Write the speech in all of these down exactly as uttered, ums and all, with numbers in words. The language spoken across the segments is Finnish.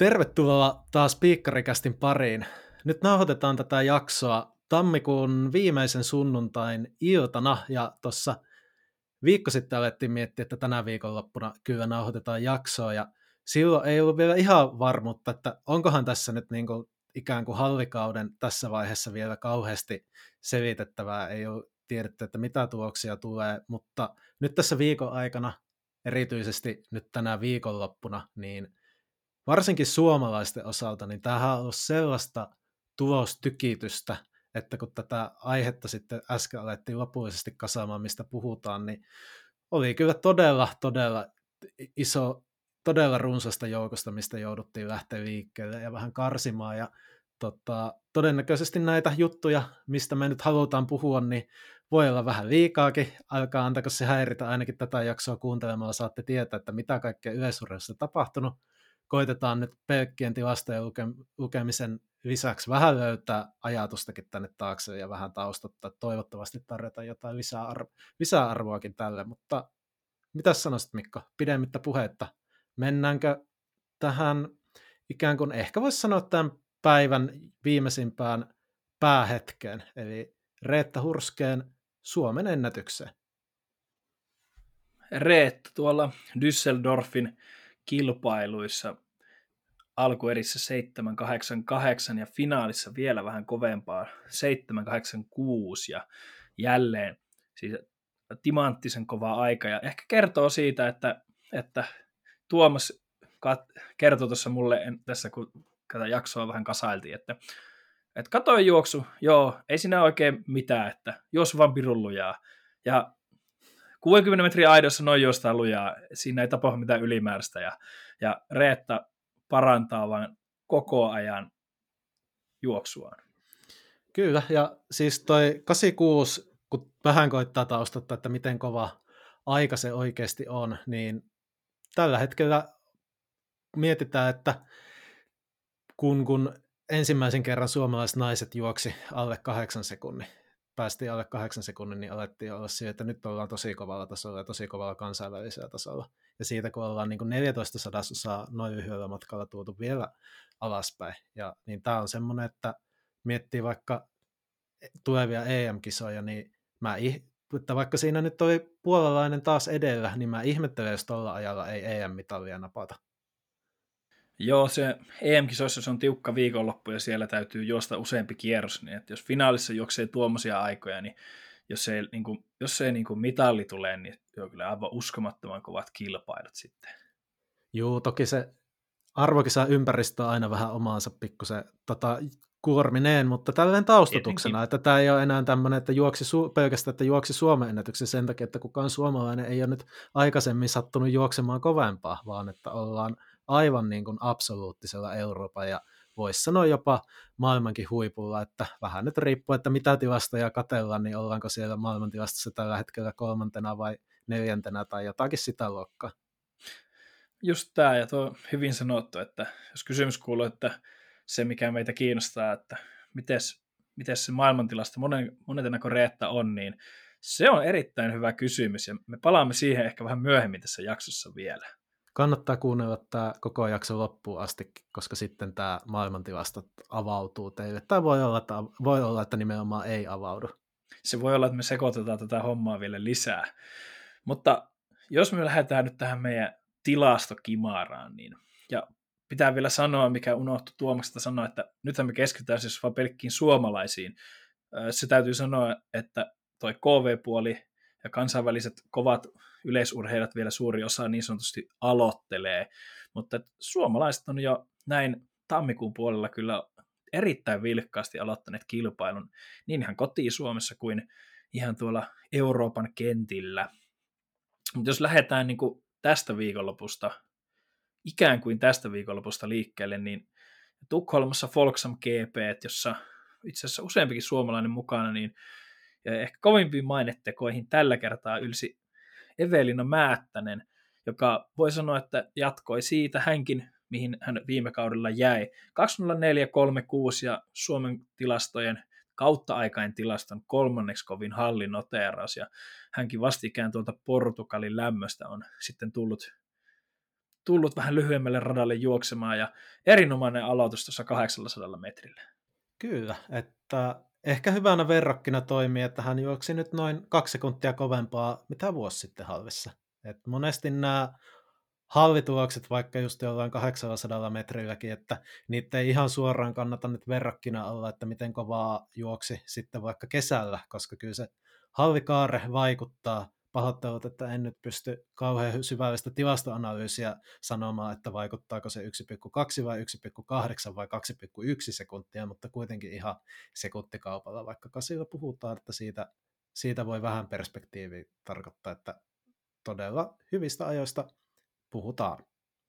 Tervetuloa taas Piikkarikästin pariin. Nyt nauhoitetaan tätä jaksoa tammikuun viimeisen sunnuntain iltana, ja tuossa viikko sitten alettiin miettiä, että tänä viikonloppuna kyllä nauhoitetaan jaksoa, ja silloin ei ollut vielä ihan varmuutta, että onkohan tässä nyt niin kuin ikään kuin hallikauden tässä vaiheessa vielä kauheasti selitettävää, ei ole tiedetty, että mitä tuloksia tulee, mutta nyt tässä viikon aikana, erityisesti nyt tänä viikonloppuna, niin varsinkin suomalaisten osalta, niin tämähän on ollut sellaista tulostykitystä, että kun tätä aihetta sitten äsken alettiin lopullisesti kasaamaan, mistä puhutaan, niin oli kyllä todella, todella iso, todella runsasta joukosta, mistä jouduttiin lähteä liikkeelle ja vähän karsimaan. Ja tota, todennäköisesti näitä juttuja, mistä me nyt halutaan puhua, niin voi olla vähän liikaakin. Alkaa antako se häiritä ainakin tätä jaksoa kuuntelemalla, saatte tietää, että mitä kaikkea yleisurheilussa on tapahtunut. Koitetaan nyt pelkkien tilastojen luke- lukemisen lisäksi vähän löytää ajatustakin tänne taakse ja vähän taustottaa. Toivottavasti tarjota jotain lisäarvo- lisäarvoakin tälle, mutta mitä sanoisit, Mikko, pidemmittä puhetta? Mennäänkö tähän ikään kuin, ehkä voisi sanoa tämän päivän viimeisimpään päähetkeen, eli Reetta Hurskeen Suomen ennätykseen? Reetta tuolla Düsseldorfin kilpailuissa alkuerissä seitsemän kahdeksan kahdeksan ja finaalissa vielä vähän kovempaa seitsemän kahdeksan kuusi ja jälleen siis timanttisen kova aika ja ehkä kertoo siitä, että, että Tuomas kat- kertoi tuossa mulle tässä, kun tätä jaksoa vähän kasailtiin, että, että katoin juoksu, joo, ei siinä oikein mitään, että juos vaan pirun lujaa ja kuusikymmentä metriä aidossa noin juostaan lujaa, siinä ei tapahdu mitään ylimääräistä ja, ja Reetta parantaa vaan koko ajan juoksuaan. Kyllä, ja siis toi kahdeksankymmentäkuusi, kun vähän koittaa taustata, että miten kova aika se oikeasti on, niin tällä hetkellä mietitään, että kun, kun ensimmäisen kerran suomalaiset naiset juoksi alle kahdeksan sekunnin, päästiin alle kahdeksan sekunnin, niin alettiin olla siihen, että nyt ollaan tosi kovalla tasolla ja tosi kovalla kansainvälisellä tasolla. Ja siitä, kun ollaan niin kuin neljätoista sadasosaa noin lyhyellä matkalla tuotu vielä alaspäin. Ja niin tämä on semmoinen, että miettii vaikka tulevia E M-kisoja, niin mä, että vaikka siinä nyt oli puolalainen taas edellä, niin mä ihmettelen, jos tuolla ajalla ei E M-mitalia napata. Joo, se E M-kisoissa se on tiukka viikonloppu ja siellä täytyy juosta useampi kierros, niin että jos finaalissa juoksee tuommoisia aikoja, niin jos ei, niin kuin, jos ei niin kuin mitalli tulee, niin on kyllä aivan uskomattoman kovat kilpailut sitten. Joo, toki se arvokisa ympäristö on aina vähän omaansa pikkusen tota, kuormineen, mutta tälleen taustotuksena, Tietenkin. Että tämä ei ole enää tämmöinen, että juoksi su- pelkästään, että juoksi Suomen ennätyksen sen takia, että kukaan suomalainen ei ole nyt aikaisemmin sattunut juoksemaan kovempaa, vaan että ollaan aivan niin kuin absoluuttisella Euroopan ja voisi sanoa jopa maailmankin huipulla, että vähän nyt riippuu, että mitä tilastoja katsellaan, niin ollaanko siellä maailmantilastossa tällä hetkellä kolmantena vai neljäntenä tai jotakin sitä luokkaa. Just tämä, ja tuo on hyvin sanottu, että jos kysymys kuuluu, että se mikä meitä kiinnostaa, että miten se maailmantilasta monen, monetena kuin Reetta on, niin se on erittäin hyvä kysymys, ja me palaamme siihen ehkä vähän myöhemmin tässä jaksossa vielä. Kannattaa kuunnella tämä koko jakso loppuun asti, koska sitten tämä maailmantilastot avautuu teille. Tai voi olla, että, voi olla, että nimenomaan ei avaudu. Se voi olla, että me sekoitetaan tätä hommaa vielä lisää. Mutta jos me lähdetään nyt tähän meidän tilastokimaraan, niin ja pitää vielä sanoa, mikä unohtui Tuomaksesta sanoa, että nythän me keskitytään siis vaan pelkkiin suomalaisiin. Se täytyy sanoa, että toi K V-puoli ja kansainväliset kovat yleisurheilijat vielä suuri osa niin sanotusti aloittelee, mutta suomalaiset on jo näin tammikuun puolella kyllä erittäin vilkkaasti aloittaneet kilpailun niin ihan kotiin Suomessa kuin ihan tuolla Euroopan kentillä. Mutta jos lähdetään niin kuin tästä viikonlopusta, ikään kuin tästä viikonlopusta liikkeelle, niin Tukholmassa Folksam G P, jossa itse asiassa useampikin suomalainen mukana, niin ja ehkä kovimpiin mainettekoihin tällä kertaa ylsi Evelina Määttänen, joka voi sanoa, että jatkoi siitä hänkin, mihin hän viime kaudella jäi. kaksi nolla neljä kolme kuusi ja Suomen tilastojen kautta-aikain tilaston kolmanneksi kovin hallinoteeraus, ja hänkin vastikään tuolta Portugalin lämmöstä on sitten tullut tullut vähän lyhyemmälle radalle juoksemaan ja erinomainen aloitus tuossa kahdeksansataa metrillä. Kyllä, että ehkä hyvänä verrokkina toimii, että hän juoksi nyt noin kaksi sekuntia kovempaa, mitä vuosi sitten halvissa. Et monesti nämä halvitulokset, vaikka just jollain kahdeksansataa metrilläkin, että niitä ei ihan suoraan kannata nyt verrokkina olla, että miten kovaa juoksi sitten vaikka kesällä, koska kyllä se halvikaare vaikuttaa. Pahoittelut, että en nyt pysty kauhean syvällistä tilastoanalyysiä sanomaan, että vaikuttaako se yksi pilkku kaksi vai yksi pilkku kahdeksan vai kaksi pilkku yksi sekuntia, mutta kuitenkin ihan sekuntikaupalla, vaikka kasilla puhutaan, että siitä, siitä voi vähän perspektiiviä tarkoittaa, että todella hyvistä ajoista puhutaan.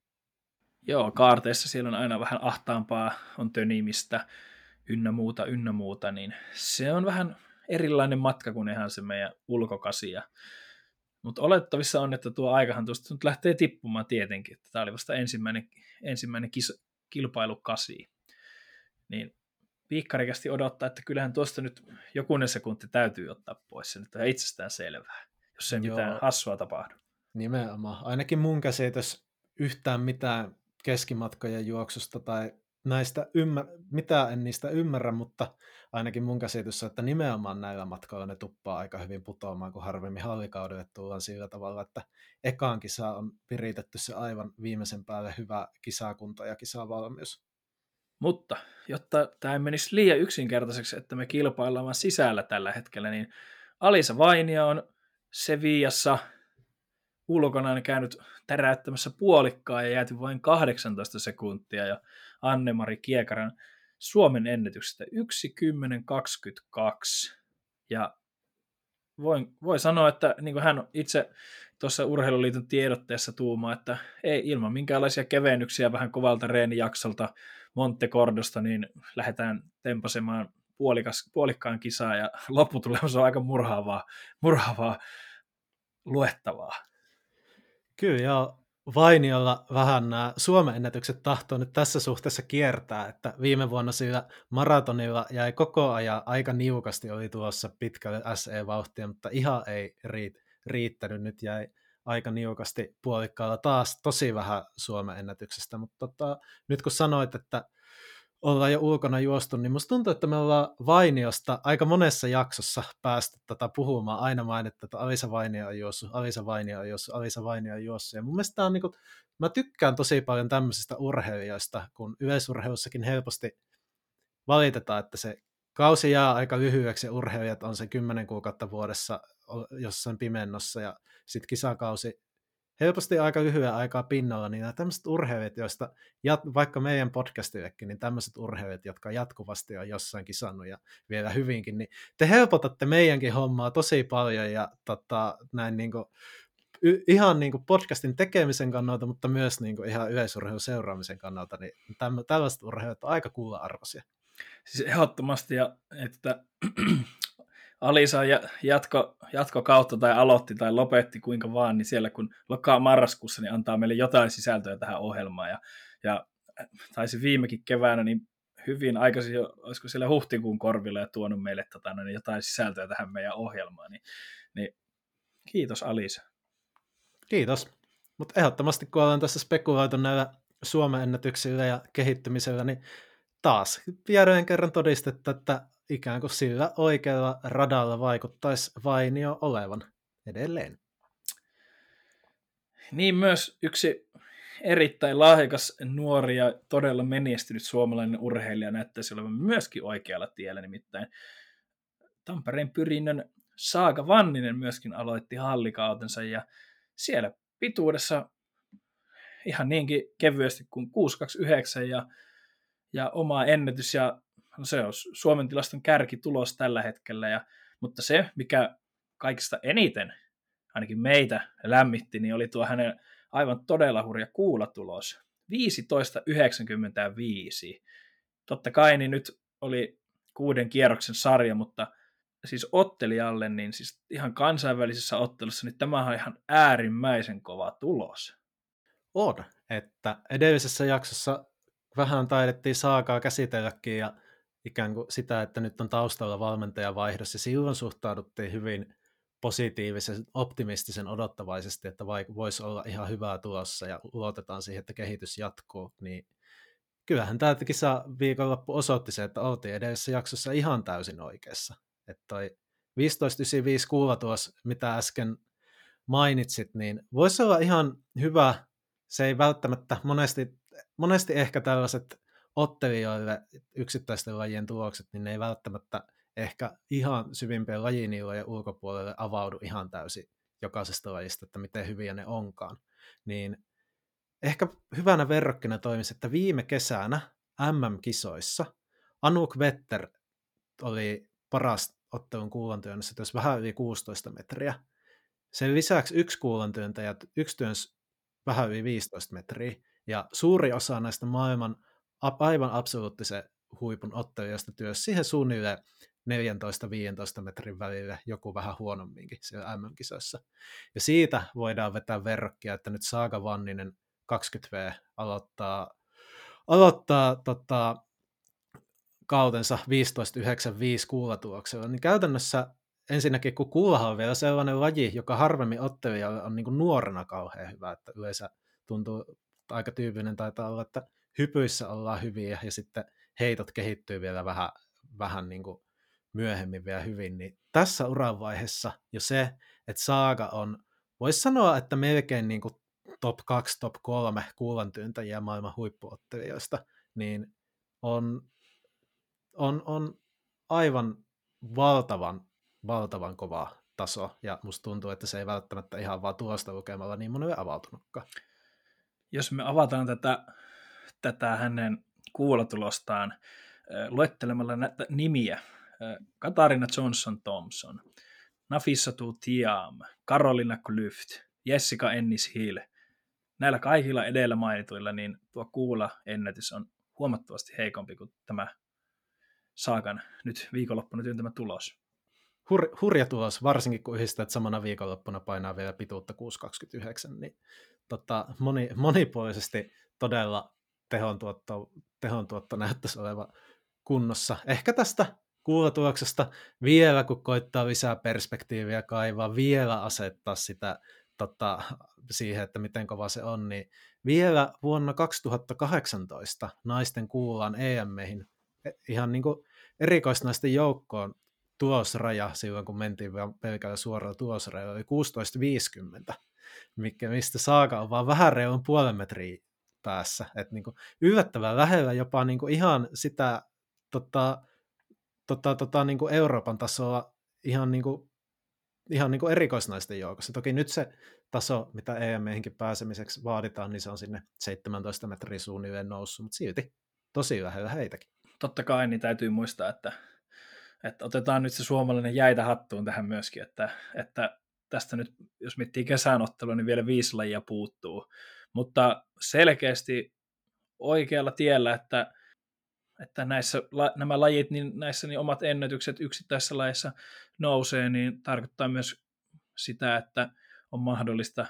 Joo, kaarteessa siellä on aina vähän ahtaampaa, on tönimistä, ynnä muuta, ynnä muuta, niin se on vähän erilainen matka kuin ihan se meidän ulkokasia. Mutta olettavissa on, että tuo aikahan tuosta nyt lähtee tippumaan tietenkin, että tämä oli vasta ensimmäinen, ensimmäinen kis, kilpailukasi. Niin Piikkarikästi odottaa, että kyllähän tuosta nyt jokunen sekunti täytyy ottaa pois. Se nyt on itsestään selvää, jos ei Joo. mitään hassua tapahdu. Nimenomaan. Ainakin mun käsitys yhtään mitään keskimatkojen juoksusta tai näistä ymmär- mitään en niistä ymmärrä, mutta ainakin mun käsitys on, että nimenomaan näillä matkoilla ne tuppaa aika hyvin putoamaan, kun harvemmin hallikaudelle tullaan sillä tavalla, että ekaan kisa on viritetty se aivan viimeisen päälle hyvä kisakunta ja kisavalmius. Mutta jotta tämä ei menisi liian yksinkertaiseksi, että me kilpaillaan vaan sisällä tällä hetkellä, niin Alisa Vainio on Sevillassa ulkona käynyt täräyttämässä puolikkaan ja jääty vain kahdeksantoista sekuntia, ja Anne-Mari Kiekaran Suomen ennätyksestä yksi kymmenen kaksikymmentäkaksi. Ja voin, voi sanoa, että niin kuin hän itse tuossa Urheiluliiton tiedotteessa tuumaa, että ei ilman minkäänlaisia kevennyksiä vähän kovalta reenijaksolta Montecordosta, niin lähdetään tempasemaan puolikas, puolikkaan kisaa, ja lopputulemus on aika murhaavaa, murhaavaa luettavaa. Kyllä, ja Vainiolla vähän nämä Suomen ennätykset tahtoo nyt tässä suhteessa kiertää, että viime vuonna sillä maratonilla jäi koko ajan aika niukasti, oli tuossa pitkälle S E-vauhtia, mutta ihan ei riit, riittänyt, nyt jäi aika niukasti puolikkaalla taas tosi vähän Suomen ennätyksestä, mutta tota, nyt kun sanoit, että ollaan jo ulkona juostu, niin musta tuntuu, että me ollaan Vainiosta aika monessa jaksossa päästy tätä puhumaan, aina mainittu, että Alisa Vainio on juossut, Alisa Vainio on juossut, Alisa Vainio on juossut, ja mun mielestä on niin kuin, mä tykkään tosi paljon tämmöisistä urheilijoista, kun yleisurheilussakin helposti valitetaan, että se kausi jää aika lyhyeksi, ja urheilijat on se kymmenen kuukautta vuodessa jossain pimennossa, ja sitten kisakausi helposti aika lyhyen aikaa pinnalla, niin nämä tämmöiset urheilijat, joista jat- vaikka meidän podcastillekin, niin tämmöiset urheilijat, jotka jatkuvasti on jossain kisannut ja vielä hyvinkin, niin te helpotatte meidänkin hommaa tosi paljon ja tota, näin niin kuin, y- ihan niin kuin podcastin tekemisen kannalta, mutta myös niin kuin ihan yleisurheilun seuraamisen kannalta, niin tämmö- tällaiset urheilijat on aika kuulla-arvoisia. Siis ehdottomasti, ja että Alisa jatko, jatko kautta tai aloitti tai lopetti kuinka vaan, niin siellä kun lokaa marraskuussa, niin antaa meille jotain sisältöä tähän ohjelmaan. Ja, ja taisi viimekin keväänä niin hyvin aikaisin, jo, olisiko siellä huhtikuun korvilla ja tuonut meille tota, niin jotain sisältöä tähän meidän ohjelmaan. Niin, niin kiitos Alisa. Kiitos. Mutta ehdottomasti kun ollaan tässä spekuloitu näillä Suomen ennätyksillä ja kehittymisellä, niin taas viereen kerran todistettu, että ikään kuin sillä oikealla radalla vaikuttaisi Vainio olevan edelleen. Niin myös yksi erittäin lahjakas, nuori ja todella menestynyt suomalainen urheilija näyttäisi olevan myöskin oikealla tiellä, nimittäin Tampereen Pyrinnön Saaga Vanninen myöskin aloitti hallikautensa, ja siellä pituudessa ihan niinkin kevyesti kuin kuusi kaksikymmentäyhdeksän ja, ja oma ennätys, ja no se on Suomen tilaston kärkitulos tällä hetkellä, ja, mutta se, mikä kaikista eniten ainakin meitä lämmitti, niin oli tuo hänen aivan todella hurja kuulatulos. viisitoista yhdeksänkymmentäviisi. Totta kai niin nyt oli kuuden kierroksen sarja, mutta siis ottelijalle, niin siis ihan kansainvälisessä ottelussa, niin tämä on ihan äärimmäisen kova tulos. On, että edellisessä jaksossa vähän taidettiin Saagaa käsitelläkin ja ikään kuin sitä, että nyt on taustalla valmentajavaihdos, ja silloin suhtauduttiin hyvin positiivisen, optimistisen odottavaisesti, että voisi olla ihan hyvää tulossa ja luotetaan siihen, että kehitys jatkuu, niin kyllähän tämä kisa viikonloppu osoitti se, että oltiin edellisessä jaksossa ihan täysin oikeassa. Että toi viisitoista yhdeksänkymmentäviisi kuulatulos, mitä äsken mainitsit, niin voisi olla ihan hyvä. Se ei välttämättä, monesti, monesti ehkä tällaiset ottelijoille yksittäisten lajien tulokset, niin ne ei välttämättä ehkä ihan syvimpien lajiniilojen ulkopuolelle avaudu ihan täysin jokaisesta lajista, että miten hyviä ne onkaan. Niin ehkä hyvänä verrokkina toimisi, että viime kesänä M M-kisoissa Anouk Vetter oli paras ottelun kuulantyönnössä, jos vähän yli kuusitoista metriä. Sen lisäksi yksi kuulantyöntäjä, yksi työnsi vähän yli viisitoista metriä, ja suuri osa näistä maailman aivan absoluuttisen huipun ottelijoista työsi siihen suunnilleen neljätoista viisitoista metrin välillä, joku vähän huonomminkin siellä M M-kisoissa. Ja siitä voidaan vetää verrokkia, että nyt Saaga Vanninen kaksikymmentä vuotias aloittaa, aloittaa tota, kautensa viisitoista yhdeksänkymmentäviisi kuulatuloksella, niin käytännössä ensinnäkin, kun kuulahan on vielä sellainen laji, joka harvemmin ottelijalle on niin kuin nuorena kauhean hyvä, että yleensä tuntuu aika tyypillinen taitaa olla, että hypyissä ollaan hyviä ja sitten heitot kehittyy vielä vähän, vähän niin kuin myöhemmin vielä hyvin, niin tässä uran vaiheessa jo se, että Saaga on, voisi sanoa, että melkein niin kuin top kaksi, top kolme kuulantyöntäjiä maailman huippuottelijoista, niin on, on, on aivan valtavan, valtavan kova taso, ja musta tuntuu, että se ei välttämättä ihan vaan tuosta lukemalla niin monelle avautunutkaan. Jos me avataan tätä, tätä hänen kuulatulostaan luettelemalla näitä nimiä, Katarina Johnson-Thompson, Nafissatou Thiam, Carolina Klüft, Jessica Ennis-Hill, näillä kaikilla edellä mainituilla, niin tuo kuula-ennätys on huomattavasti heikompi kuin tämä Saagan nyt viikonloppuna työntämä tulos. Hur, hurja tulos, varsinkin kun yhdistät samana viikonloppuna painaa vielä pituutta kuusi kaksikymmentäyhdeksän, niin tota, moni, monipuolisesti todella tehontuotto, tehontuotto näyttäisi olevan kunnossa. Ehkä tästä kuulatuloksesta vielä, kun koittaa lisää perspektiiviä kaivaa, vielä asettaa sitä tota, siihen, että miten kova se on, niin vielä vuonna kaksituhattakahdeksantoista naisten kuulaan E M-meihin ihan niin kuin erikoisnaisten joukkoon tulosraja silloin, kun mentiin pelkällä suoralla tulosrajalla, oli kuusitoista viisikymmentä, mikä, mistä Saaga on vaan vähän reilun puolen metriä päässä. Et niin kuin yllättävän lähellä jopa niin kuin ihan sitä tota, tota, tota, niin kuin Euroopan tasoa ihan, niin kuin, ihan niin kuin erikoisnaisten joukossa. Toki nyt se taso, mitä E M-meihinkin pääsemiseksi vaaditaan, niin se on sinne seitsemäntoista metriä suunnilleen noussut, mutta silti tosi lähellä heitäkin. Totta kai, niin täytyy muistaa, että, että otetaan nyt se suomalainen jäitä hattuun tähän myöskin, että, että tästä nyt, jos miettii kesänottelua, niin vielä viisi lajia puuttuu, mutta selkeästi oikealla tiellä, että, että näissä, nämä lajit, niin näissä niin omat ennätykset yksittäisissä lajeissa nousee, niin tarkoittaa myös sitä, että on mahdollista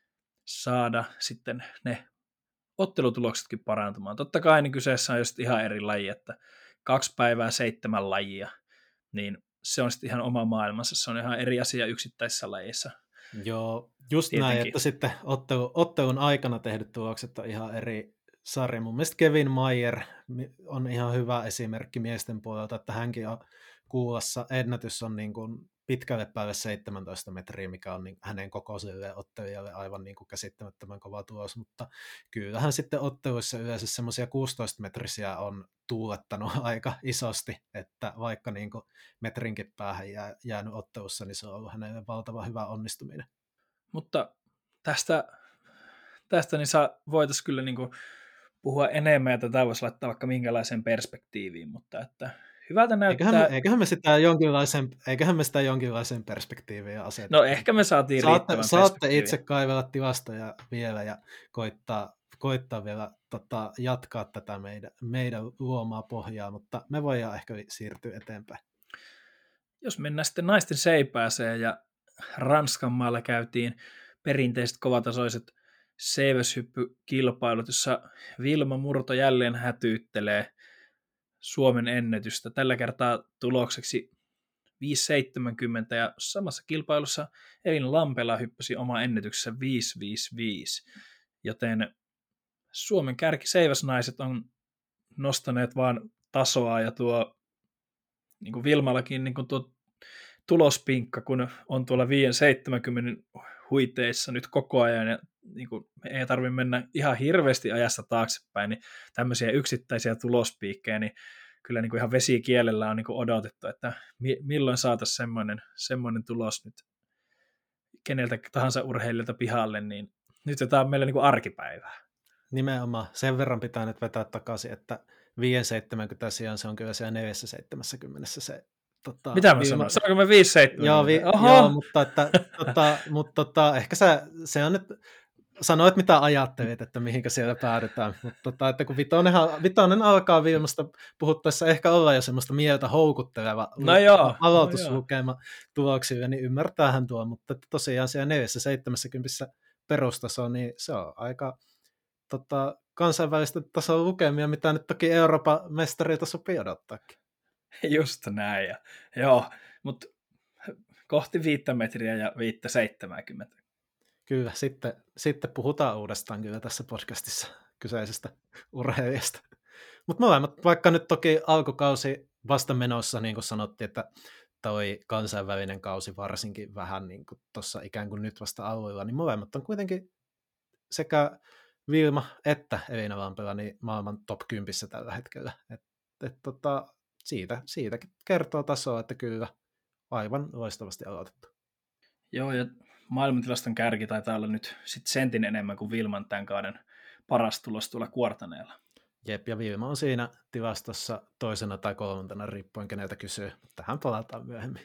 saada sitten ne ottelutuloksetkin parantumaan. Totta kai niin kyseessä on just ihan eri laji, että kaksi päivää seitsemän lajia, niin se on sitten ihan oma maailmansa, se on ihan eri asia yksittäisissä lajeissa. Joo, just Tietenkin. Näin, että sitten ottelu, ottelun aikana tehdyt tulokset on ihan eri sarja. Mun mielestä Kevin Mayer on ihan hyvä esimerkki miesten puolelta, että hänkin on kuulassa, ennätys on niin kuin pitkälle päälle seitsemäntoista metriä, mikä on niin hänen kokoiselle ottelijalle aivan niin kuin käsittämättömän kova tulos, mutta kyllähän sitten otteluissa yleensä semmoisia kuusitoista metrisiä on tuulettanut aika isosti, että vaikka niin kuin metrinkin päähän jää, jäänyt ottelussa, niin se on ollut hänelle valtava hyvä onnistuminen. Mutta tästä, tästä niin voitaisiin kyllä niin kuin puhua enemmän, ja tätä voisi laittaa vaikka minkälaiseen perspektiiviin, mutta että hyvältä näyttää... Eiköhän me, eiköhän me, sitä, jonkinlaisen, eiköhän me sitä jonkinlaisen perspektiiviä aseta. No ehkä me saatiin saatte, saatte itse kaivella tilastoja vielä ja koittaa, koittaa vielä tota, jatkaa tätä meidän, meidän luomaa pohjaa, mutta me voidaan ehkä siirtyä eteenpäin. Jos mennään sitten naisten seipääseen ja Ranskan maalla käytiin perinteiset kovatasoiset seiväshyppykilpailut, jossa Vilma Murto jälleen hätyyttelee Suomen ennätystä. Tällä kertaa tulokseksi viisi seitsemänkymmentä ja samassa kilpailussa Elina Lampela hyppäsi oma ennätyksessä viisi viisi viisi, joten Suomen kärkiseiväsnaiset on nostaneet vaan tasoa ja tuo niin kuin Vilmallakin niin kuin tuo tulospinkka, kun on tuolla viisi seitsemänkymmentä huiteissa nyt koko ajan ja niin kuin ei tarvitse mennä ihan hirveästi ajassa taaksepäin, niin tämmöisiä yksittäisiä tulospiikkejä, niin kyllä niin kuin ihan vesikielellä on niin kuin odotettu, että mi- milloin saataisiin semmoinen, semmoinen tulos nyt keneltä tahansa urheilijalta pihalle, niin nyt tämä on meillä niin kuin arkipäivää. Nimenomaan. Sen verran pitää nyt vetää takaisin, että viisi seitsemänkymmentä sijaan se on kyllä siellä neljä seitsemänkymmentä se. Tota, Mitä mä viima... sanoin? Saanko mä viisi seitsemänkymmentä? Joo, vi... joo, mutta, että, tota, mutta tota, ehkä sä, se on nyt, sanoit mitä ajattelit, että mihinkä siellä päädytään, mutta tota, että kun vitonenhan, vitonen alkaa viimeistä puhuttaessa ehkä olla jo semmoista mieltä houkutteleva no joo, aloituslukema no tuloksille, niin ymmärtäähän tuo, mutta että tosiaan siellä neljä seitsemänkymmentä perustaso, niin se on aika tota, kansainvälistä tasoa lukemia, mitä nyt toki Euroopan mestarilta sopii odottaakin. Just näin, ja, joo, mutta kohti viittä metriä ja viittä seitsemänkymmentä. Kyllä, sitten, sitten puhutaan uudestaan kyllä tässä podcastissa kyseisestä urheilijasta. Mutta molemmat, vaikka nyt toki alkukausi vasta menossa, niin kuin sanottiin, että toi kansainvälinen kausi varsinkin vähän niin kuin tuossa ikään kuin nyt vasta alueella, niin molemmat on kuitenkin sekä Vilma että Elina Lampela niin maailman top kymmenen tällä hetkellä. Et, et, tota, siitä, siitäkin kertoo tasoa, että kyllä aivan loistavasti aloitettu. Joo, ja maailmantilaston kärki taitaa olla nyt sit sentin enemmän kuin Vilman tämän kauden paras tulos tuolla kuortaneella. Jep, ja Vilma on siinä tilastossa toisena tai kolmantena, riippuen keneltä kysyy. Tähän palataan myöhemmin.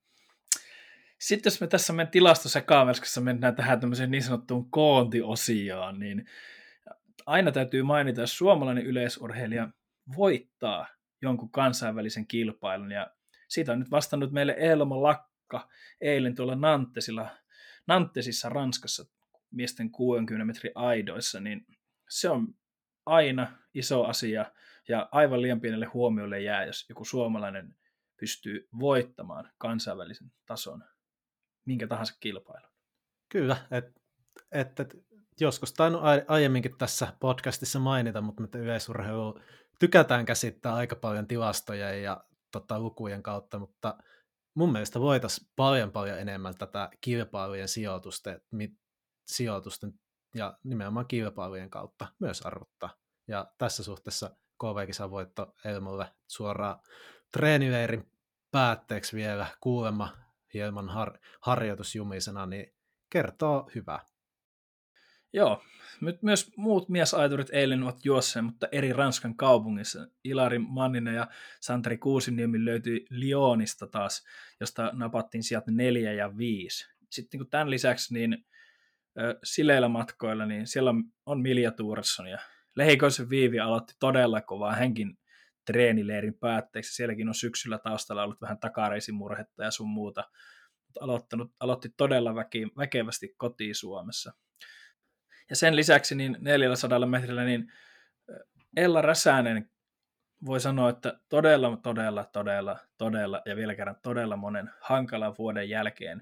Sitten jos me tässä meidän tilastosekamelskassa mennään tähän tämmöiseen niin sanottuun koontiosioon, niin aina täytyy mainita, jos suomalainen yleisurheilija voittaa jonkun kansainvälisen kilpailun, ja siitä on nyt vastannut meille Elmo Lakka eilen tuolla Nantesilla, Nantesissa Ranskassa miesten kuudenkymmenen metrin aidoissa, niin se on aina iso asia, ja aivan liian pienelle huomiolle jää, jos joku suomalainen pystyy voittamaan kansainvälisen tason minkä tahansa kilpailun. Kyllä, että et, et, joskus tainnut aiemminkin tässä podcastissa mainita, mutta me yleisurheilu tykätään käsittää aika paljon tilastoja ja tota, lukujen kautta, mutta mun mielestä voitaisiin paljon paljon enemmän tätä kilpailujen sijoitusten, sijoitusten ja nimenomaan kilpailujen kautta myös arvottaa. Ja tässä suhteessa K V-kisan voitto Elmolle suoraan treenileirin päätteeksi vielä kuulemma hieman har- harjoitusjumisena, niin kertoo hyvää. Joo, nyt myös muut miesaiturit eilen ovat juosseen, mutta eri Ranskan kaupungissa. Ilari Manninen ja Santeri Kuusiniemi löytyi Lyonista taas, josta napattiin sieltä neljä ja viisi. Sitten kun tämän lisäksi niin sileillä matkoilla, niin siellä on Milja Tuursson ja Lehikoisen Viivi aloitti todella kovaa hänkin treenileirin päätteeksi. Sielläkin on syksyllä taustalla ollut vähän takareisimurhetta ja sun muuta, mutta aloittanut, aloitti todella väki, väkevästi kotiin Suomessa. Ja sen lisäksi niin neljäsataa metrillä niin Ella Räsänen voi sanoa, että todella, todella, todella, todella ja vielä kerran todella monen hankalan vuoden jälkeen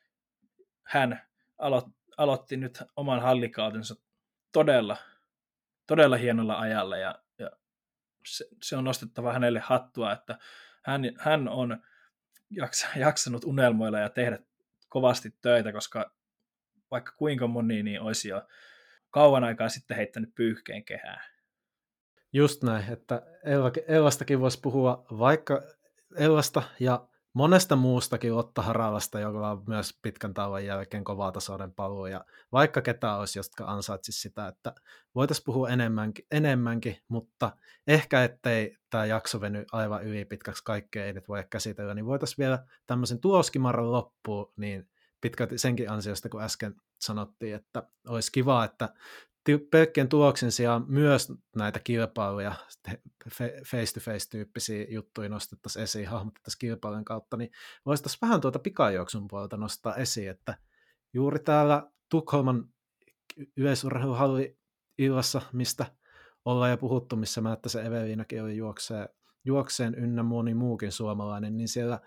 hän alo- aloitti nyt oman hallikautensa todella, todella hienolla ajalla ja, ja se, se on nostettava hänelle hattua, että hän, hän on jaksanut unelmoilla ja tehdä kovasti töitä, koska vaikka kuinka moni niin olisi jo kauan aikaa sitten heittänyt pyyhkeen kehään. Just näin, että Ellastakin voisi puhua vaikka Ellasta ja monesta muustakin Lotta Haralasta, joka on myös pitkän tauon jälkeen kovaa tasoinen paluu, ja vaikka ketä olisi, jotka ansaitsisi sitä, että voitaisiin puhua enemmänkin, enemmänkin, mutta ehkä ettei tämä jakso veny aivan ylipitkäksi, kaikkea ei nyt voi käsitellä, niin voitaisiin vielä tämmöisen tuloskimaran loppuun, niin pitkälti senkin ansiosta, kun äsken sanottiin, että olisi kiva, että pelkkien tuloksen sijaan myös näitä kilpailuja, face-to-face-tyyppisiä juttuja nostettaisiin esiin, hahmotettaisiin kilpailujen kautta, niin voisi vähän tuota pikajuoksun puolelta nostaa esiin, että juuri täällä Tukholman yleisurheiluhalli illassa, mistä ollaan jo puhuttu, missä mä, että se Eveliinakin oli juokseen, juokseen ynnä moni muukin suomalainen, niin siellä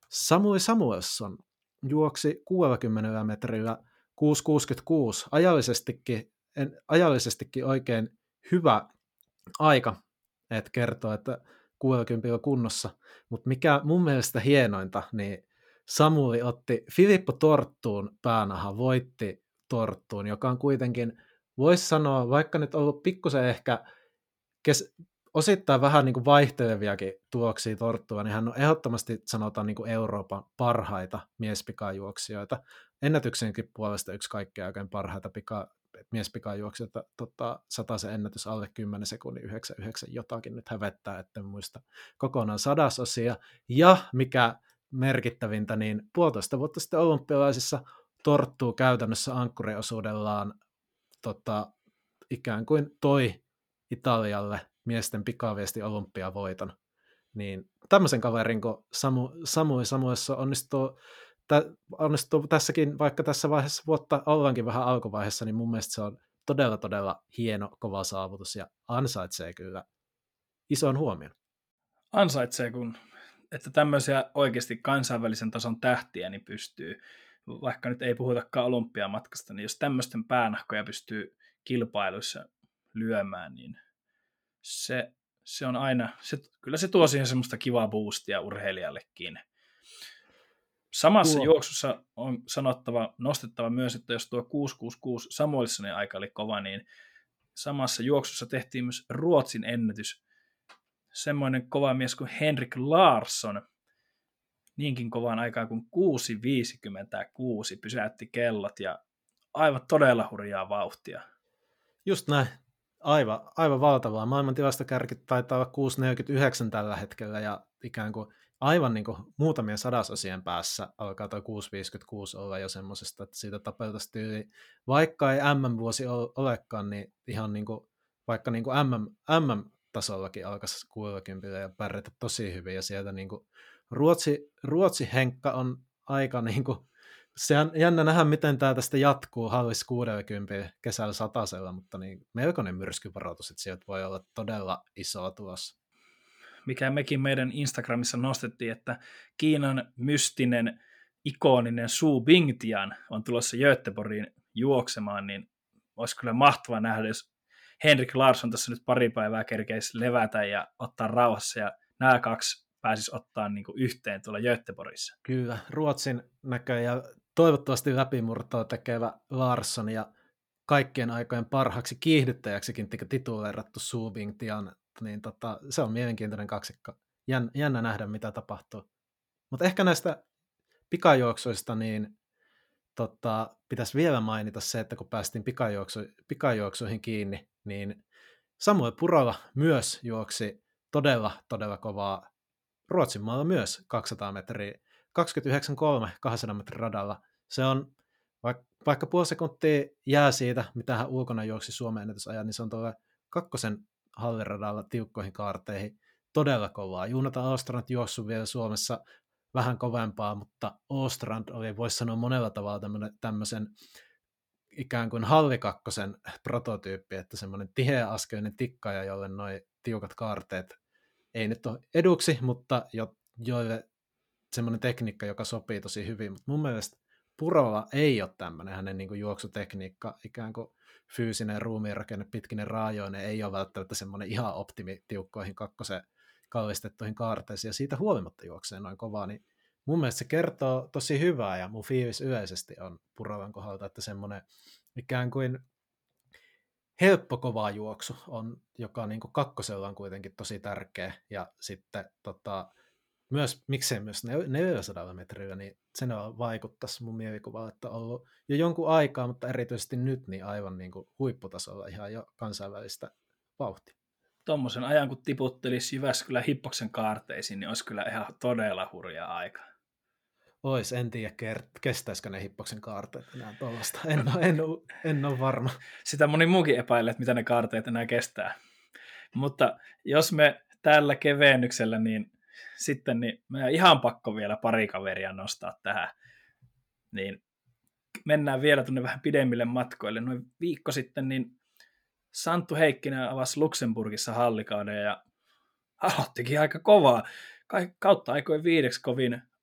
Samui Samuelson juoksi kuusikymmentä metrillä kuusi kuusikymmentäkuusi, ajallisestikin, en, ajallisestikin oikein hyvä aika, että kertoo, että kuusikymmentä on kunnossa. Mutta mikä mun mielestä hienointa, niin Samuli otti Filippo Torttuun päänahan, voitti Torttuun, joka on kuitenkin, voisi sanoa, vaikka nyt ollut pikkusen ehkä kes- osittain vähän niin kuin vaihteleviakin tuloksia Torttua, niin hän on ehdottomasti sanotaan niin kuin Euroopan parhaita miespikajuoksijoita. Ennätyksenkin puolesta yksi kaikkein oikein parhaita pika, miespikajuoksijoita. Tota, sataisen ennätys alle kymmenen sekunnin yhdeksän yhdeksän jotakin nyt hävettää, etten muista kokonaan sadasosia. Ja mikä merkittävintä, niin puolitoista vuotta sitten olympialaisissa Torttuu käytännössä ankkuriosuudellaan tota, ikään kuin toi Italialle miesten pikaviesti olympiavoiton. Niin tämmöisen kaverin, kun Samu, Samui Samuessa onnistuu, tä, onnistuu tässäkin, vaikka tässä vaiheessa vuotta ollaankin vähän alkuvaiheessa, niin mun mielestä se on todella, todella hieno, kova saavutus ja ansaitsee kyllä ison huomion. Ansaitsee, kun että tämmöisiä oikeasti kansainvälisen tason tähtiä niin pystyy, vaikka nyt ei puhutakaan olympiamatkasta, niin jos tämmöisten päänahkoja pystyy kilpailuissa lyömään, niin se, se on aina, se, kyllä se tuo siihen semmoista kivaa boostia urheilijallekin. Samassa tuo. juoksussa on sanottava, nostettava myös, että jos tuo kuusi kuusikymmentäkuusi Samuelssonin aika oli kova, niin samassa juoksussa tehtiin myös Ruotsin ennätys. Semmoinen kova mies kuin Henrik Larsson, niinkin kovaan aikaan kuin kuusi viisikymmentäkuusi pysäytti kellot ja aivan todella hurjaa vauhtia. Just näin. Aivan, aivan valtavaa. Maailman tilastokärki taitaa olla kuusi neljäkymmentäyhdeksän tällä hetkellä ja ikään kuin aivan niin kuin muutamien sadasosien päässä alkaa tuo kuusi viisikymmentäkuusi olla jo semmoisesta, että siitä tapeltaisiin tyyliin. Vaikka ei M M-vuosi olekaan, niin ihan niin kuin, vaikka niin kuin M M, M M-tasollakin alkaisi kuusikymmentä ja pärjätä tosi hyvin ja sieltä niin kuin Ruotsi, Ruotsi Henkka on aika niin kuin, se on jännä nähdä, miten tämä tästä jatkuu hallis kuusikymmentä kesällä satasella, mutta niin melkoinen myrskyvaroitus, että sieltä voi olla todella iso tulos. Mikä mekin meidän Instagramissa nostettiin, että Kiinan mystinen, ikoninen Su Bingtian on tulossa Göteborgiin juoksemaan, niin olisi kyllä mahtavaa nähdä, jos Henrik Larsson tässä nyt pari päivää kerkeisi levätä ja ottaa rauhassa, ja nämä kaksi pääsisi ottaa niin kuin yhteen tuolla Göteborgissa. Kyllä, Ruotsin näköjään toivottavasti läpimurtoa tekevä Larsson ja kaikkien aikojen parhaaksi kiihdyttäjäksikin tituleerattu Su Bingtian, niin tota, se on mielenkiintoinen kaksikko. Jän, jännä nähdä, mitä tapahtuu. Mutta ehkä näistä pikajuoksuista, niin tota, pitäisi vielä mainita se, että kun päästiin pikajuoksu, pikajuoksuihin kiinni, niin Samuel Purola myös juoksi todella, todella kovaa Ruotsin maalla myös kaksisataa metriä, kaksikymmentäyhdeksän kolme kaksisataa metrin radalla. Se on, vaikka, vaikka puoli sekuntia jää siitä, mitä hän ulkona juoksi Suomen ennätysajan, niin se on tuolla kakkosen halliradalla tiukkoihin kaarteihin todella kovaa. Jonathan Åstrand juossut vielä Suomessa vähän kovempaa, mutta Åstrand oli, voisi sanoa monella tavalla tämmöisen ikään kuin hallikakkosen prototyyppi, että semmoinen tiheäaskelinen tikkaaja, jolle nuo tiukat kaarteet ei nyt ole eduksi, mutta jo, joille semmoinen tekniikka, joka sopii tosi hyvin. Mutta mun mielestä Purola ei ole tämmöinen, hänen niin kuin juoksutekniikka, ikään kuin fyysinen ruumiinrakenne, pitkinen raajoinen, ei ole välttämättä semmoinen ihan optimi tiukkoihin kakkosen kallistettuihin kaarteisiin, ja siitä huolimatta juoksee noin kovaa, niin mun mielestä se kertoo tosi hyvää, ja mun fiilis yleisesti on Purolan kohdalta, että semmoinen ikään kuin helppo kova juoksu on, joka niin kuin kakkosella on kuitenkin tosi tärkeä, ja sitten tota, myös, miksei myös neljäsataa metrillä, niin sen vaikuttaisi mun mielikuvaan, että on ollut jo jonkun aikaa, mutta erityisesti nyt niin aivan niin kuin huipputasolla ihan jo kansainvälistä vauhtia. Tuommoisen ajan, kun tiputtelisi Jyväskylän Hippoksen kaarteisiin, niin olisi kyllä ihan todella hurjaa aika. Ois, en tiedä, kestäisikö ne Hippoksen kaarteet enää tuollaista. En, en, en ole varma. Sitä moni muukin epäilee, että mitä ne kaarteet enää kestää. Mutta jos me tällä kevennyksellä, niin sitten niin meidän ihan pakko vielä pari kaveria nostaa tähän. Niin mennään vielä tuonne vähän pidemmille matkoille. Noin viikko sitten niin Santtu Heikkinen avasi Luxemburgissa hallikauden ja aloittikin aika kovaa. Kautta aikoin viideksi kovin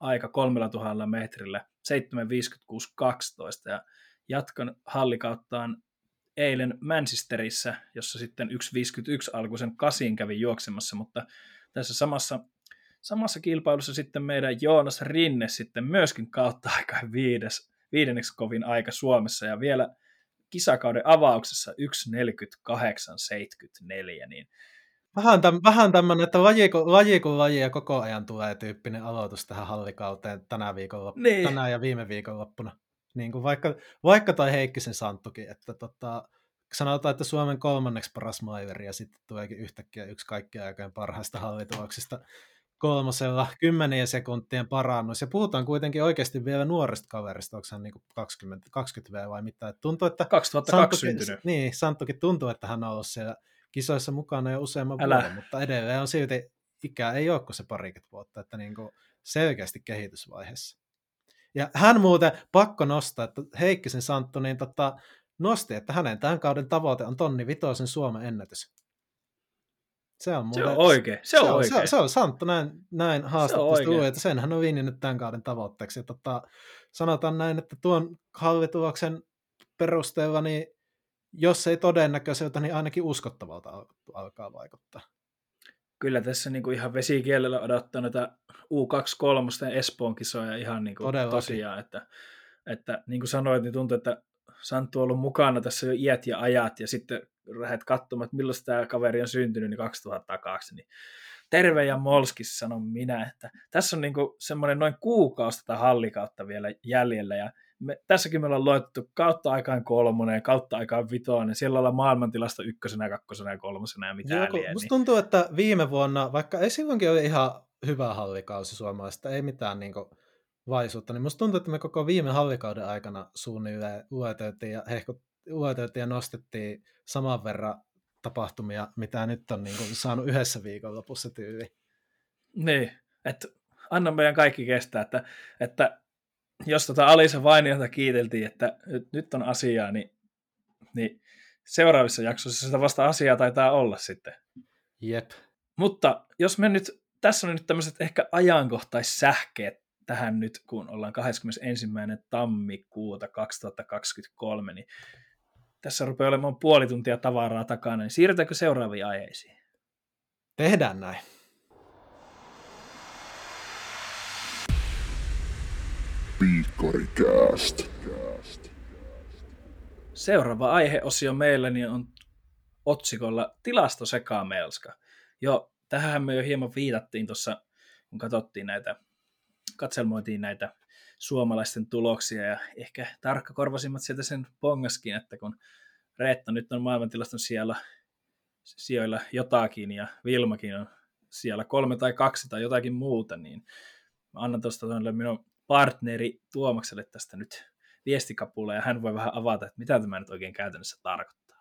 aika kolmetuhatta metrillä seitsemän viisikymmentäkuusi kaksitoista ja jatkan hallikauttaan eilen Manchesterissa, jossa sitten yksi viisikymmentäyksi alkuisen kasin kävi juoksemassa, mutta tässä samassa, samassa kilpailussa sitten meidän Joonas Rinne sitten myöskin kautta aikaan viides, viidenneksi kovin aika Suomessa ja vielä kisakauden avauksessa yksi neljäkymmentäkahdeksan seitsemänkymmentäneljä, niin Vähän, täm, vähän tämmöinen, että laji kuin, laji kuin laji ja koko ajan tulee tyyppinen aloitus tähän hallikauteen tänä, viikolla, niin. tänään ja viime viikonloppuna. Niin kuin vaikka, vaikka tai Heikkisen Santtukin, että tota, sanotaan, että Suomen kolmanneksi paras maileri ja sitten tuleekin yhtäkkiä yksi kaikkien aikojen parhaista hallituloksista kolmosella kymmenien sekuntien parannus. Ja puhutaan kuitenkin oikeasti vielä nuoresta kaverista, onko hän niin kaksikymmentä, kaksikymmentä vai mitä. Että tuntuu, että kaksituhattakaksi syntynyt. Niin, Santtukin tuntuu, että hän on ollut siellä kisoissa mukana jo useamman Älä. vuoden, mutta edelleen on silti, ikää ei ole kuin se parikymmentä vuotta, että niin kuin selkeästi kehitysvaiheessa. Ja hän muuten, pakko nostaa, että Heikkisen Santtu niin tota, nosti, että hänen tämän kauden tavoite on tonni vitoisen Suomen ennätys. Se on, muuten, se on oikein. Se on, se on, oikein. Se on, se on Santtu näin, näin haastattelusta, että sen hän on vinninyt tämän kauden tavoitteeksi. Ja tota, sanotaan näin, että tuon hallituloksen perusteella niin jos ei todennäköiseltä, niin ainakin uskottavalta alkaa vaikuttaa. Kyllä tässä niin kuin ihan vesikielellä odottaa näitä U kaksikymmentäkolme Espoon kisoja ihan niin kuin tosiaan, että, että niin kuin sanoit, niin tuntuu, että Santtu on ollut mukana tässä jo iät ja ajat, ja sitten lähdet katsomaan, että milloin tämä kaveri on syntynyt, niin kaksituhattakaksi, niin terve ja molskis, sanon minä, että tässä on niin kuin semmoinen noin kuukausi tätä hallikautta vielä jäljellä, ja me, tässäkin me ollaan loitettu kautta aikaan kolmonen, kautta aikaan vitonen, siellä ollaan maailmantilasta ykkösenä, kakkosena ja kolmosena ja mitään Joo, liian. musta niin... tuntuu, että viime vuonna, vaikka ei silloinkin ole ihan hyvä hallikausi suomalaista, ei mitään niin kuin vaisuutta, niin musta tuntuu, että me koko viime hallikauden aikana suunnilleen lueteltiin ja, hehkut, lueteltiin ja nostettiin saman verran tapahtumia, mitä nyt on niin kuin saanut yhdessä viikonlopussa tyyli. Niin, että anna meidän kaikki kestää, että, että jos tota Alisa Vainiota kiiteltiin, että nyt, nyt on asiaa, niin, niin seuraavissa jaksoissa sitä vasta asiaa taitaa olla sitten. Jep. Mutta jos me nyt, tässä on nyt tämmöiset ehkä ajankohtaissähkeet tähän nyt, kun ollaan kahdeskymmenesensimmäinen tammikuuta kaksituhattakaksikymmentäkolme, niin tässä rupeaa olemaan puoli tuntia tavaraa takana, niin siirrytäänkö seuraaviin aiheisiin? Tehdään näin. Piikkarikääst. Seuraava aiheosio meillä niin on otsikolla Tilastosekamelska. Jo, tähän me jo hieman viitattiin tuossa, kun katsottiin näitä, katselmoitiin näitä suomalaisten tuloksia, ja ehkä tarkkakorvasimmat sieltä sen pongaskin, että kun Reetta nyt on maailmantilaston siellä sijoilla jotakin, ja Vilmakin on siellä kolme tai kaksi tai jotakin muuta, niin mä annan tuosta minun partneri Tuomakselle tästä nyt viestikapulla, ja hän voi vähän avata, että mitä tämä nyt oikein käytännössä tarkoittaa.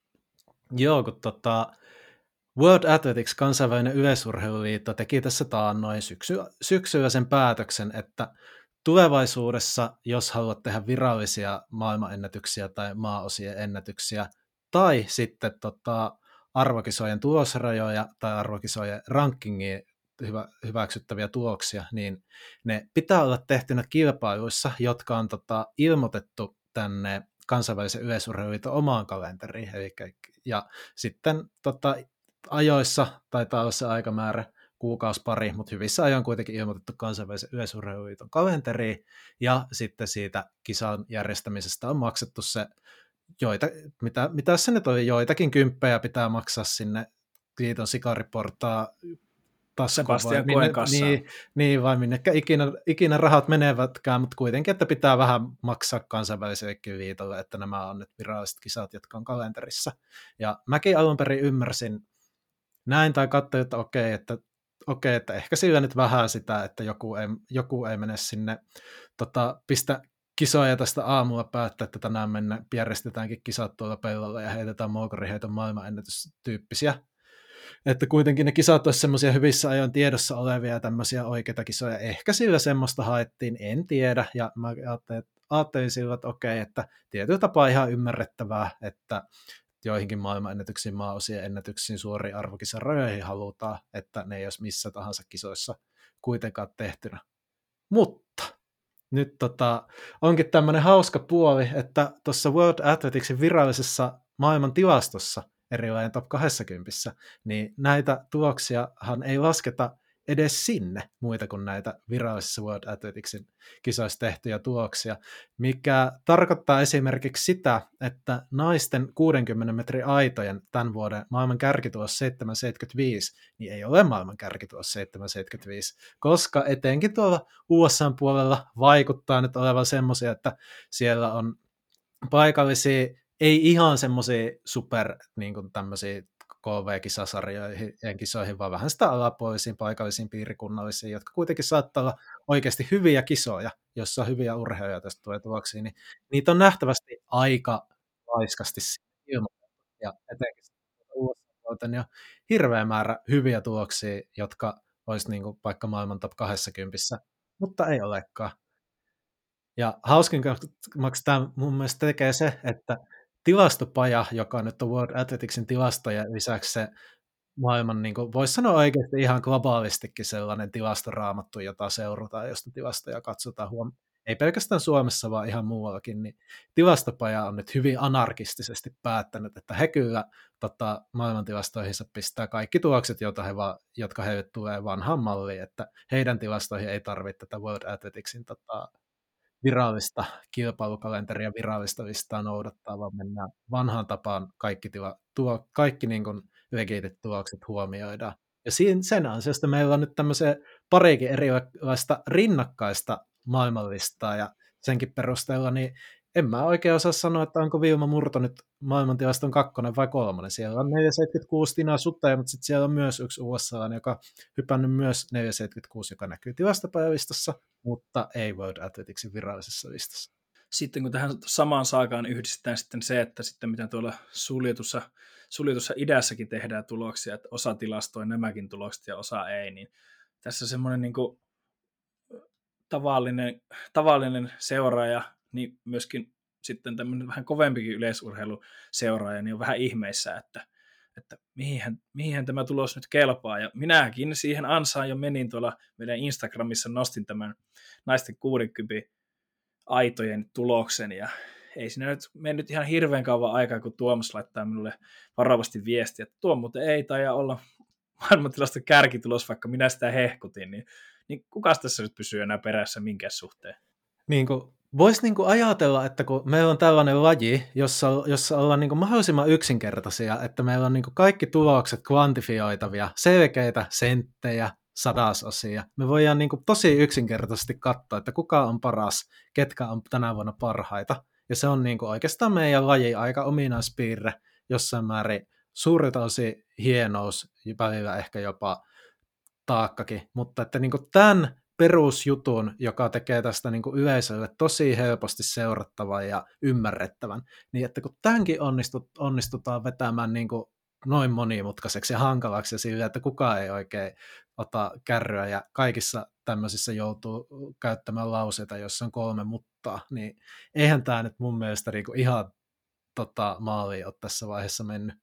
Joo, kun tota, World Athletics, kansainvälinen yleisurheiluliitto, teki tässä taannoin syksy, syksyllä sen päätöksen, että tulevaisuudessa, jos haluat tehdä virallisia maailmanennätyksiä tai maaosien ennätyksiä, tai sitten tota, arvokisojen tulosrajoja tai arvokisojen rankingiin hyvä, hyväksyttäviä tuloksia, niin ne pitää olla tehtynä kilpailuissa, jotka on tota, ilmoitettu tänne kansainvälisen yleisurheiluliiton omaan kalenteriin. Eli, ja sitten tota, ajoissa taitaa olla se aikamäärä kuukausi pari, mutta hyvissä ajoin kuitenkin ilmoitettu kansainvälisen yleisurheiluliiton kalenteriin, ja sitten siitä kisan järjestämisestä on maksettu se, joita, mitä, mitä se nyt oli, joitakin kymppejä pitää maksaa sinne liiton sikariportaa Sebastian Koen kassaan. Niin, niin, vai minnekä ikinä, ikinä rahat menevätkään, mutta kuitenkin, että pitää vähän maksaa kansainvälisellekin liitolle, että nämä on nyt viralliset kisat, jotka on kalenterissa. Ja mäkin alun perin ymmärsin näin tai katsoin, että okei, että, okei, että ehkä sillä nyt vähän sitä, että joku ei, joku ei mene sinne tota, pistä kisoja tästä aamulla päättää, että tänään mennä, järjestetäänkin kisat tuolla pellolla ja heitetään moukkariheiton maailmanennätysTyyppisiä. Että kuitenkin ne kisat olisivat semmoisia hyvissä ajoin tiedossa olevia ja tämmöisiä oikeita kisoja. Ehkä sillä semmoista haettiin, en tiedä. Ja mä ajattelin, ajattelin sillä, että okei, että tietyllä tapaa ihan ymmärrettävää, että joihinkin maailmanennätyksiin, maaosien ennätyksiin, suoriin arvokisan rajoihin halutaan, että ne ei olisi missä tahansa kisoissa kuitenkaan tehtynä. Mutta nyt tota, onkin tämmöinen hauska puoli, että tuossa World Athleticsin virallisessa maailman tilastossa eri lajien top kaksikymmentä, niin näitä tuloksiahan ei lasketa edes sinne muita kuin näitä virallisissa World Athleticsin kisoissa tehtyjä tuloksia, mikä tarkoittaa esimerkiksi sitä, että naisten kuudenkymmenen metrin aitojen tämän vuoden maailman kärkitulos seitsemän seitsemänkymmentäviisi, niin ei ole maailman kärkitulos seitsemän seitsemänkymmentäviisi, koska etenkin tuolla U S A:n puolella vaikuttaa nyt olevan semmoisia, että siellä on paikallisia, ei ihan semmoisia super niin kuin tämmöisiä K V-kisasarjoihin kisoihin, vaan vähän sitä alapuolisiin paikallisiin piirikunnallisiin, jotka kuitenkin saattaa olla oikeasti hyviä kisoja, jossa on hyviä urheilijoita tästä tulee tuloksia, niin niitä on nähtävästi aika laiskasti ilmoitettu, ja etenkin U S A niin on hirveä määrä hyviä tuloksia, jotka olisi niin kuin vaikka maailman top kaksikymmentä, mutta ei olekaan. Ja hauskinkaksi tämä mun mielestä tekee se, että tilastopaja, joka nyt on World Athleticsin tilastojen lisäksi se maailman, niin kuin voisi sanoa oikeasti ihan globaalistikin sellainen tilastoraamattu, jota seurataan, josta tilastoja katsotaan huom- ei pelkästään Suomessa, vaan ihan muuallakin, niin tilastopaja on nyt hyvin anarkistisesti päättänyt, että he kyllä tota, maailmantilastoihinsa pistää kaikki tulokset, joita he va- jotka heille tulee vanhaan malliin, että heidän tilastoihin ei tarvitse tätä World Athleticsin tota, virallista kilpailukalenteria, virallista listaa noudattaa, vaan mennään vanhaan tapaan kaikki, tila, tuo, kaikki niin kuin legiitit tulokset huomioidaan. Ja siinä, sen ansiosta meillä on nyt tämmöisiä parikin erilaista rinnakkaista maailmanlistaa, ja senkin perusteella niin en mä oikein osaa sanoa, että onko Vilma Murto nyt maailmantilaston kakkonen vai kolmonen. Siellä on neljä seitsemänkymmentäkuusi Tina Suteja, mutta sitten siellä on myös yksi U S A, joka hypännyt myös neljä seitsemänkymmentäkuusi, joka näkyy tilastopajalistossa, mutta ei World Athleticsin virallisessa listassa. Sitten kun tähän samaan saakaan yhdistetään sitten se, että sitten mitä tuolla suljetussa, suljetussa idässäkin tehdään tuloksia, että osa tilastoi nämäkin tulokset ja osa ei, niin tässä semmoinen niin kuin tavallinen, tavallinen seuraaja, niin myöskin sitten tämmöinen vähän kovempikin yleisurheiluseuraaja, niin on vähän ihmeissä, että, että mihinhän, mihinhän tämä tulos nyt kelpaa. Ja minäkin siihen ansaan jo menin tuolla meidän Instagramissa, nostin tämän naisten kuudenkymmenen aitojen tuloksen, ja ei siinä nyt mennyt ihan hirveän kauan aikaa, kun Tuomas laittaa minulle varovasti viestiä, että tuo muuten ei taida olla maailmantilaston kärkitulos, vaikka minä sitä hehkutin, niin, niin kukas tässä nyt pysyy enää perässä minkään suhteen? Niin kuin, voisi niin kuin ajatella, että kun meillä on tällainen laji, jossa, jossa ollaan niin kuin mahdollisimman yksinkertaisia, että meillä on niin kuin kaikki tulokset kvantifioitavia, selkeitä senttejä, sadasosia. Me voidaan niin kuin tosi yksinkertaisesti katsoa, että kuka on paras, ketkä on tänä vuonna parhaita. Ja se on niin kuin oikeastaan meidän laji aika ominaispiirre, jossain määrin suurilta osin hienous, välillä ehkä jopa taakkakin. Mutta että niin kuin tämän perusjutun, joka tekee tästä niin kuin yleisölle tosi helposti seurattavan ja ymmärrettävän, niin että kun tämänkin onnistut, onnistutaan vetämään niin kuin noin monimutkaiseksi ja hankalaksi ja sillä, että kukaan ei oikein ota kärryä ja kaikissa tämmöisissä joutuu käyttämään lauseita, jossa on kolme muttaa, niin eihän tämä nyt mun mielestä niin kuin ihan tota, maaliin ole tässä vaiheessa mennyt.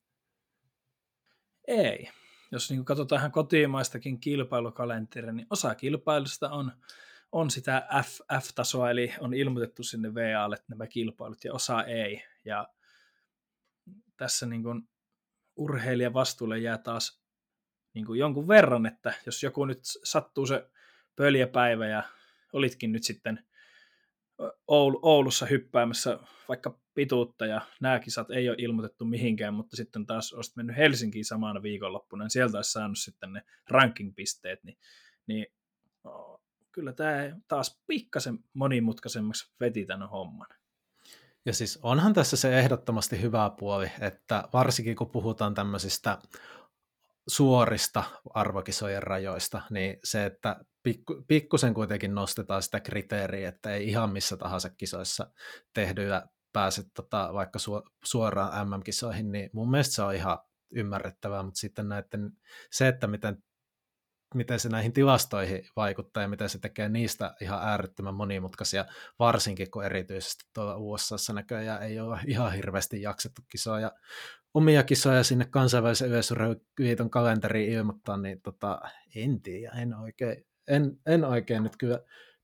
Ei. Jos niin katsotaan ihan kotimaistakin kilpailukalenteria, niin osa kilpailusta on, on sitä F, F-tasoa, eli on ilmoitettu sinne V A:lle nämä kilpailut, ja osa ei. Ja tässä niin kuin urheilijan vastuulle jää taas niin kuin jonkun verran, että jos joku nyt sattuu se pöljäpäivä ja olitkin nyt sitten Oulussa hyppäämässä vaikka pituutta ja nämä kisat ei ole ilmoitettu mihinkään, mutta sitten taas olisit mennyt Helsinkiin samana viikonloppuna, niin sieltä olisi saanut sitten ne ranking-pisteet, niin, niin oh, kyllä tämä taas pikkasen monimutkaisemmaksi veti tämän homman. Ja siis onhan tässä se ehdottomasti hyvä puoli, että varsinkin kun puhutaan tämmöisistä suorista arvokisojen rajoista, niin se, että pikku, pikkusen kuitenkin nostetaan sitä kriteeriä, että ei ihan missä tahansa kisoissa tehdyillä pääse tota, vaikka su, suoraan M M-kisoihin, niin mun mielestä se on ihan ymmärrettävää, mutta sitten näiden, se, että miten, miten se näihin tilastoihin vaikuttaa ja miten se tekee niistä ihan äärettömän monimutkaisia, varsinkin kun erityisesti tuolla U S A:ssa näköjään ei ole ihan hirveästi jaksettu kisoja, omia kisoja sinne kansainvälisen yleisurheiluliiton kalenteriin ilmoittaa, niin tota, en tiedä, en oikein, en, en oikein nyt kyllä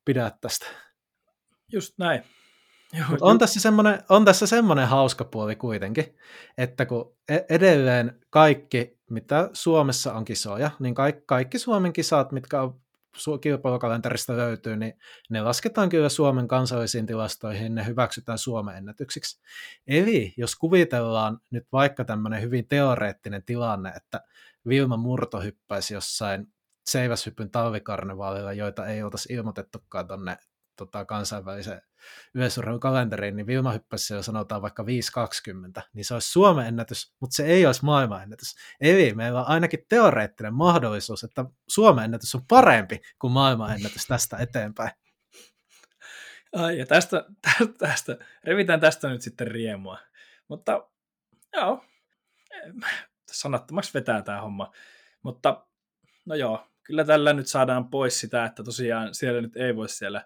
pidä tästä. Just näin. Mutta on, tässä semmoinen, on tässä semmoinen hauska puoli kuitenkin, että kun edelleen kaikki, mitä Suomessa on kisoja, niin kaikki, kaikki Suomen kisat, mitkä on kilpailukalenterista löytyy, niin ne lasketaan kyllä Suomen kansallisiin tilastoihin, ne hyväksytään Suomen ennätyksiksi. Eli jos kuvitellaan nyt vaikka tämmöinen hyvin teoreettinen tilanne, että Vilma Murto hyppäisi jossain seiväshypyn talvikarnevaalilla, joita ei oltaisi ilmoitettukaan tuonne tota, kansainvälisen yleisurheilukalenteriin, niin Vilma hyppäsi jo sanotaan vaikka viisi kaksikymmentä, niin se olisi Suomen ennätys, mutta se ei olisi maailmanennätys. Eli meillä on ainakin teoreettinen mahdollisuus, että Suomen ennätys on parempi kuin maailmanennätys tästä eteenpäin. Ai, ja tästä, tästä, tästä, revitään tästä nyt sitten riemua. Mutta joo, sanattomaksi vetää tämä homma. Mutta no joo, kyllä tällä nyt saadaan pois sitä, että tosiaan siellä nyt ei voi siellä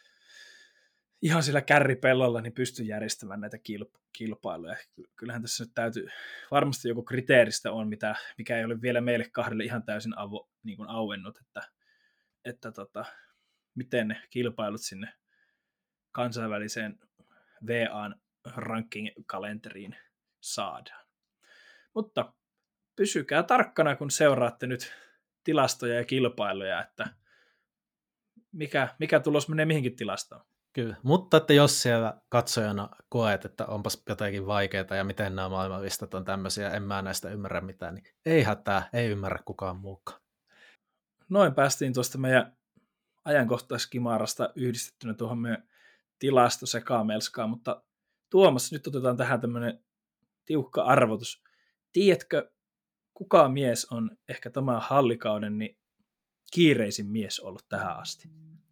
ihan sillä kärripellolla niin pysty järjestämään näitä kilp- kilpailuja. Kyllähän tässä nyt täytyy, varmasti joku kriteeristä on, mitä, mikä ei ole vielä meille kahdelle ihan täysin avo, niin kuin auennut, että, että tota, miten ne kilpailut sinne kansainväliseen V A:n ranking-kalenteriin saadaan. Mutta pysykää tarkkana, kun seuraatte nyt tilastoja ja kilpailuja, että mikä, mikä tulos menee mihinkin tilastoon. Kyllä, mutta että jos siellä katsojana koet, että onpas jotenkin vaikeaa ja miten nämä maailmanlistat on tämmöisiä, en mä näistä ymmärrä mitään, niin ei hätää, ei ymmärrä kukaan muukaan. Noin päästiin tuosta meidän ajankohtaiskimaarasta yhdistettynä tuohon meidän tilastosekamelskaan, mutta Tuomas, nyt otetaan tähän tämmöinen tiukka arvotus. Tiedätkö, kuka mies on ehkä tämän hallikauden niin kiireisin mies ollut tähän asti?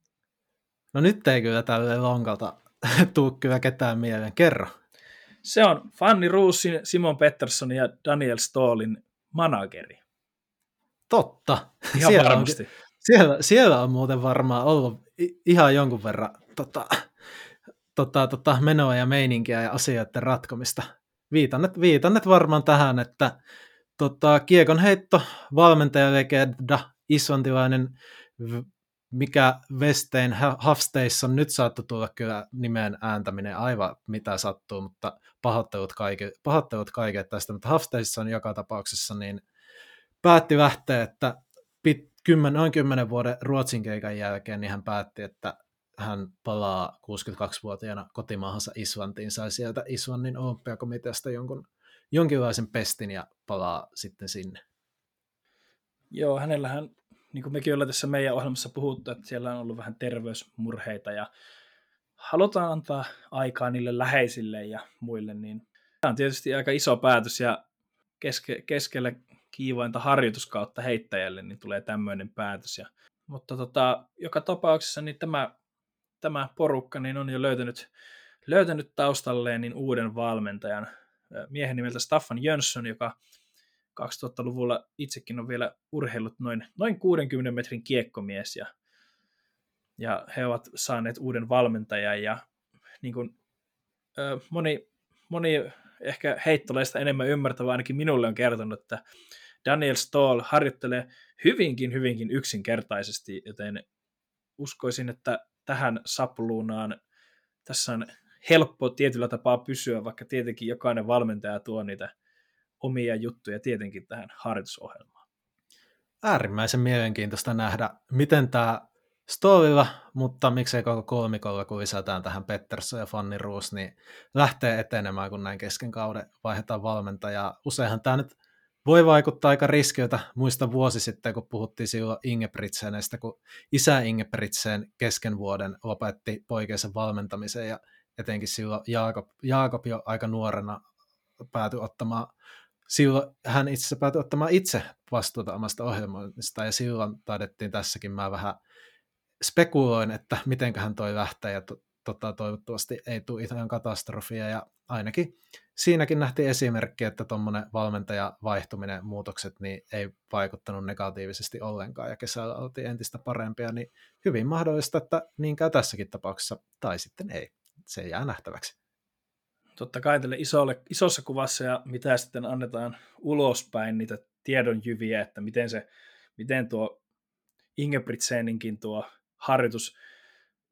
No nyt ei kyllä tälle lonkalta tuu kyllä ketään mieleen. Kerro. Se on Fanny Roosin, Simon Petterssonin ja Daniel Ståhlin manageri. Totta. Ihan siellä varmasti. On, siellä, siellä on muuten varmaan ollut ihan jonkun verran tota, tota, tota, menoa ja meininkiä ja asioiden ratkomista. Viitannet, viitannet varmaan tähän, että tota, kiekonheitto, valmentajalegenda, islantilainen, mikä Westein Hafsteisson nyt saattoi tulla kyllä nimen ääntäminen aivan mitä sattuu, mutta pahoittelut kaikille, pahoittelut kaikille tästä, mutta Hafsteisson joka tapauksessa niin päätti lähteä, että pit, kymmen, noin kymmenen vuoden Ruotsin keikan jälkeen niin hän päätti, että hän palaa kuusikymmentäkaksivuotiaana kotimaahansa Islantiin, sai sieltä Islannin olympiakomiteasta jonkun, jonkinlaisen pestin ja palaa sitten sinne. Joo, hänellähän, niin kuin mekin ollaan tässä meidän ohjelmassa puhuttu, että siellä on ollut vähän terveysmurheita ja halutaan antaa aikaa niille läheisille ja muille, niin tämä on tietysti aika iso päätös ja keske, keskellä kiivainta harjoituskautta heittäjälle niin tulee tämmöinen päätös. Ja, mutta tota, joka tapauksessa niin tämä, tämä porukka niin on jo löytänyt, löytänyt taustalleen niin uuden valmentajan, miehen nimeltä Staffan Jönsson, joka kaksituhattaluvulla itsekin on vielä urheillut noin, noin kuudenkymmenen metrin kiekkomies, ja, ja he ovat saaneet uuden valmentajan, ja niin kuin, ö, moni, moni ehkä heittoleista enemmän ymmärtävä ainakin minulle on kertonut, että Daniel Ståhl harjoittelee hyvinkin, hyvinkin yksinkertaisesti, joten uskoisin, että tähän sapluunaan tässä on helppo tietyllä tapaa pysyä, vaikka tietenkin jokainen valmentaja tuo niitä omia juttuja tietenkin tähän harjoitusohjelmaan. Äärimmäisen mielenkiintoista nähdä, miten tämä Ståhlilla, mutta miksei koko kolmikolla, kun lisätään tähän Pettersson ja Fanny Roos, niin lähtee etenemään, kun näin kesken kauden vaihdetaan valmentajaa. Useinhan tämä nyt voi vaikuttaa aika riskiltä. Muista vuosi sitten, kun puhuttiin silloin Ingebrigtsenestä, kun isä Ingebrigtsen kesken vuoden lopetti poikensa valmentamisen, ja etenkin silloin Jaakob, Jaakob jo aika nuorena päätyi ottamaan, silloin hän itse asiassa päätyi ottamaan itse vastuuta omasta ohjelmoinnista, ja silloin taidettiin tässäkin, mä vähän spekuloin, että mitenköhän toi lähtee, ja to, tota, toivottavasti ei tule ihan katastrofia, ja ainakin siinäkin nähtiin esimerkki, että tuommoinen valmentaja vaihtuminen, muutokset, niin ei vaikuttanut negatiivisesti ollenkaan, ja kesällä oltiin entistä parempia, niin hyvin mahdollista, että niin käy tässäkin tapauksessa, tai sitten ei. Se jää nähtäväksi. Totta kai tälle isolle, isossa kuvassa, ja mitä sitten annetaan ulospäin, niitä tiedonjyviä, että miten, se, miten tuo Ingebrigtseninkin tuo harjoitus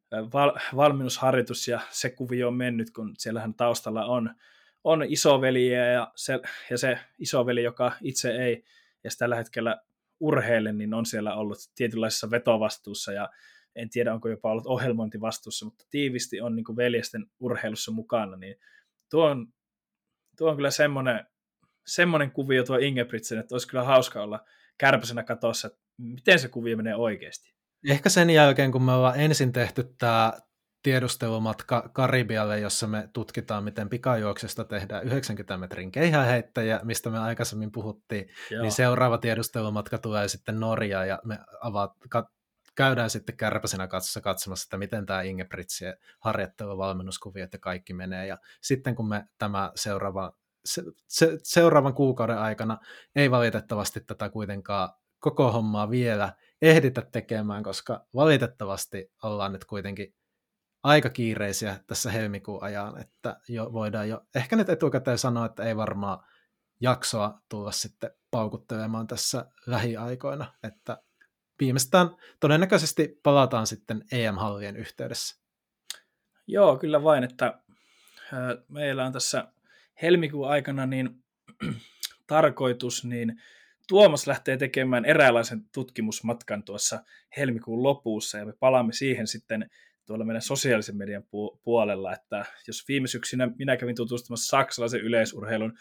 val, valmennusharjoitus ja se kuvio on mennyt, kun siellähän taustalla on, on isoveli ja se, ja se isoveli, joka itse ei ja tällä hetkellä urheille, niin on siellä ollut tietynlaisessa vetovastuussa ja en tiedä, onko jopa ollut ohjelmointivastuussa, mutta tiivisti on niin kuin veljesten urheilussa mukana, niin tuo on, tuo on kyllä semmoinen, semmoinen kuvio tuo Ingebrigtsen, että olisi kyllä hauska olla kärpäsenä katossa, että miten se kuvio menee oikeasti. Ehkä sen jälkeen, kun me ollaan ensin tehty tämä tiedustelumatka Karibialle, jossa me tutkitaan, miten pikajuoksesta tehdään yhdeksänkymmentä metrin keihäänheittäjä, mistä me aikaisemmin puhuttiin, Joo. niin seuraava tiedustelumatka tulee sitten Norjaan, ja me avaat, ka, käydään sitten kärpäsenä katsossa katsomassa, että miten tämä Ingebrigtsen harjoittelu, valmennuskuviot ja kaikki menee, ja sitten kun me tämä seuraava, se, se, seuraavan kuukauden aikana ei valitettavasti tätä kuitenkaan koko hommaa vielä ehditä tekemään, koska valitettavasti ollaan nyt kuitenkin aika kiireisiä tässä helmikuun ajan, että jo voidaan jo ehkä nyt etukäteen sanoa, että ei varmaan jaksoa tulla sitten paukuttelemaan tässä lähiaikoina, että viimeistään todennäköisesti palataan sitten E M-hallien yhteydessä. Joo, kyllä vain, että meillä on tässä helmikuun aikana niin tarkoitus, niin Tuomas lähtee tekemään eräänlaisen tutkimusmatkan tuossa helmikuun lopussa, ja me palaamme siihen sitten tuolla meidän sosiaalisen median puolella, että jos viime syksynä minä kävin tutustumassa saksalaisen yleisurheilun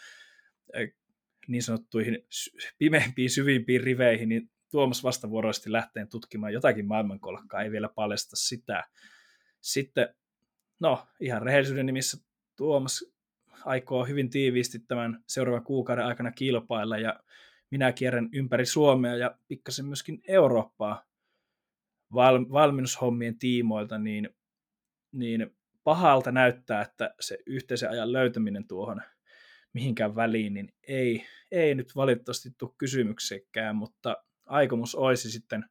niin sanottuihin pimeimpiin, syvimpiin riveihin, niin Tuomas vastavuoroisesti lähtee tutkimaan jotakin maailmankolkkaa, ei vielä paljasta sitä. Sitten, no ihan rehellisyyden nimissä Tuomas aikoo hyvin tiiviisti tämän seuraavan kuukauden aikana kilpailla, ja minä kierrän ympäri Suomea ja pikkasen myöskin Eurooppaa val, valmennushommien tiimoilta, niin, niin pahalta näyttää, että se yhteisen ajan löytäminen tuohon mihinkään väliin, niin ei, ei nyt valitettavasti tule kysymyksekään, mutta aikomus olisi sitten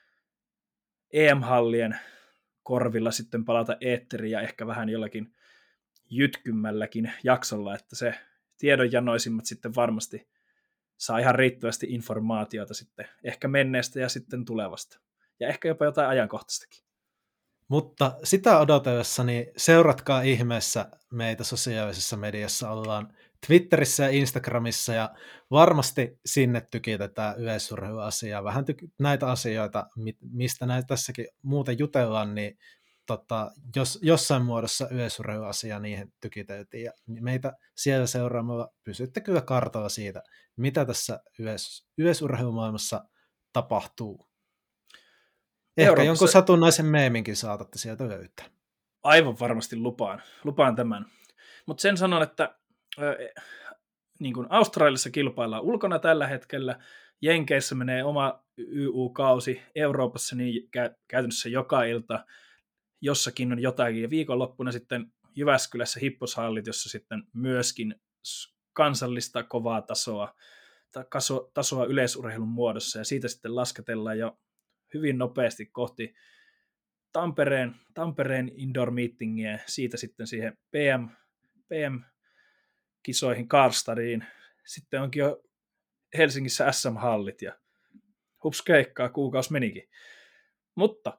E M-hallien korvilla sitten palata eetteriin ja ehkä vähän jollakin jytkymälläkin jaksolla, että se tiedonjanoisimmat sitten varmasti saa ihan riittävästi informaatiota sitten ehkä menneestä ja sitten tulevasta. Ja ehkä jopa jotain ajankohtaistakin. Mutta sitä odotellessani seuratkaa ihmeessä meitä sosiaalisessa mediassa. Ollaan Twitterissä ja Instagramissa ja varmasti sinne tykitetään yleisurheiluasiaa. Vähän tyk- näitä asioita, mistä näitä tässäkin muuten jutellaan, niin tota, jos, jossain muodossa yleisurheiluasiaa niihin tykiteltiin. Ja meitä siellä seuraamalla pysytte kyllä kartalla siitä, mitä tässä yleis- yleisurheilumaailmassa tapahtuu. Ehkä Euroopassa jonkun satunnaisen meeminkin saatatte sieltä löytää. Aivan varmasti lupaan, lupaan tämän. Mutta sen sanon, että äh, niin kuin Australiassa kilpaillaan ulkona tällä hetkellä, Jenkeissä menee oma Y U-kausi, Euroopassa niin kä- käytännössä joka ilta jossakin on jotakin, ja viikonloppuna sitten Jyväskylässä hipposhallit, jossa sitten myöskin kansallista kovaa tasoa, taso, tasoa yleisurheilun muodossa, ja siitä sitten lasketellaan jo hyvin nopeasti kohti Tampereen, Tampereen indoor meetingiä, siitä sitten siihen P M, P M-kisoihin Karlstadiin. Sitten onkin jo Helsingissä S M-hallit, ja hups keikkaa, kuukausi menikin. Mutta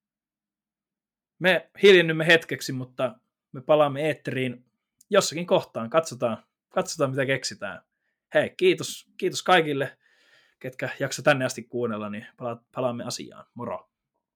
me hiljennymme hetkeksi, mutta me palaamme eetteriin jossakin kohtaan. Katsotaan, katsotaan mitä keksitään. Hei, kiitos, kiitos kaikille, ketkä jakso tänne asti kuunnella, niin palaamme asiaan. Moro!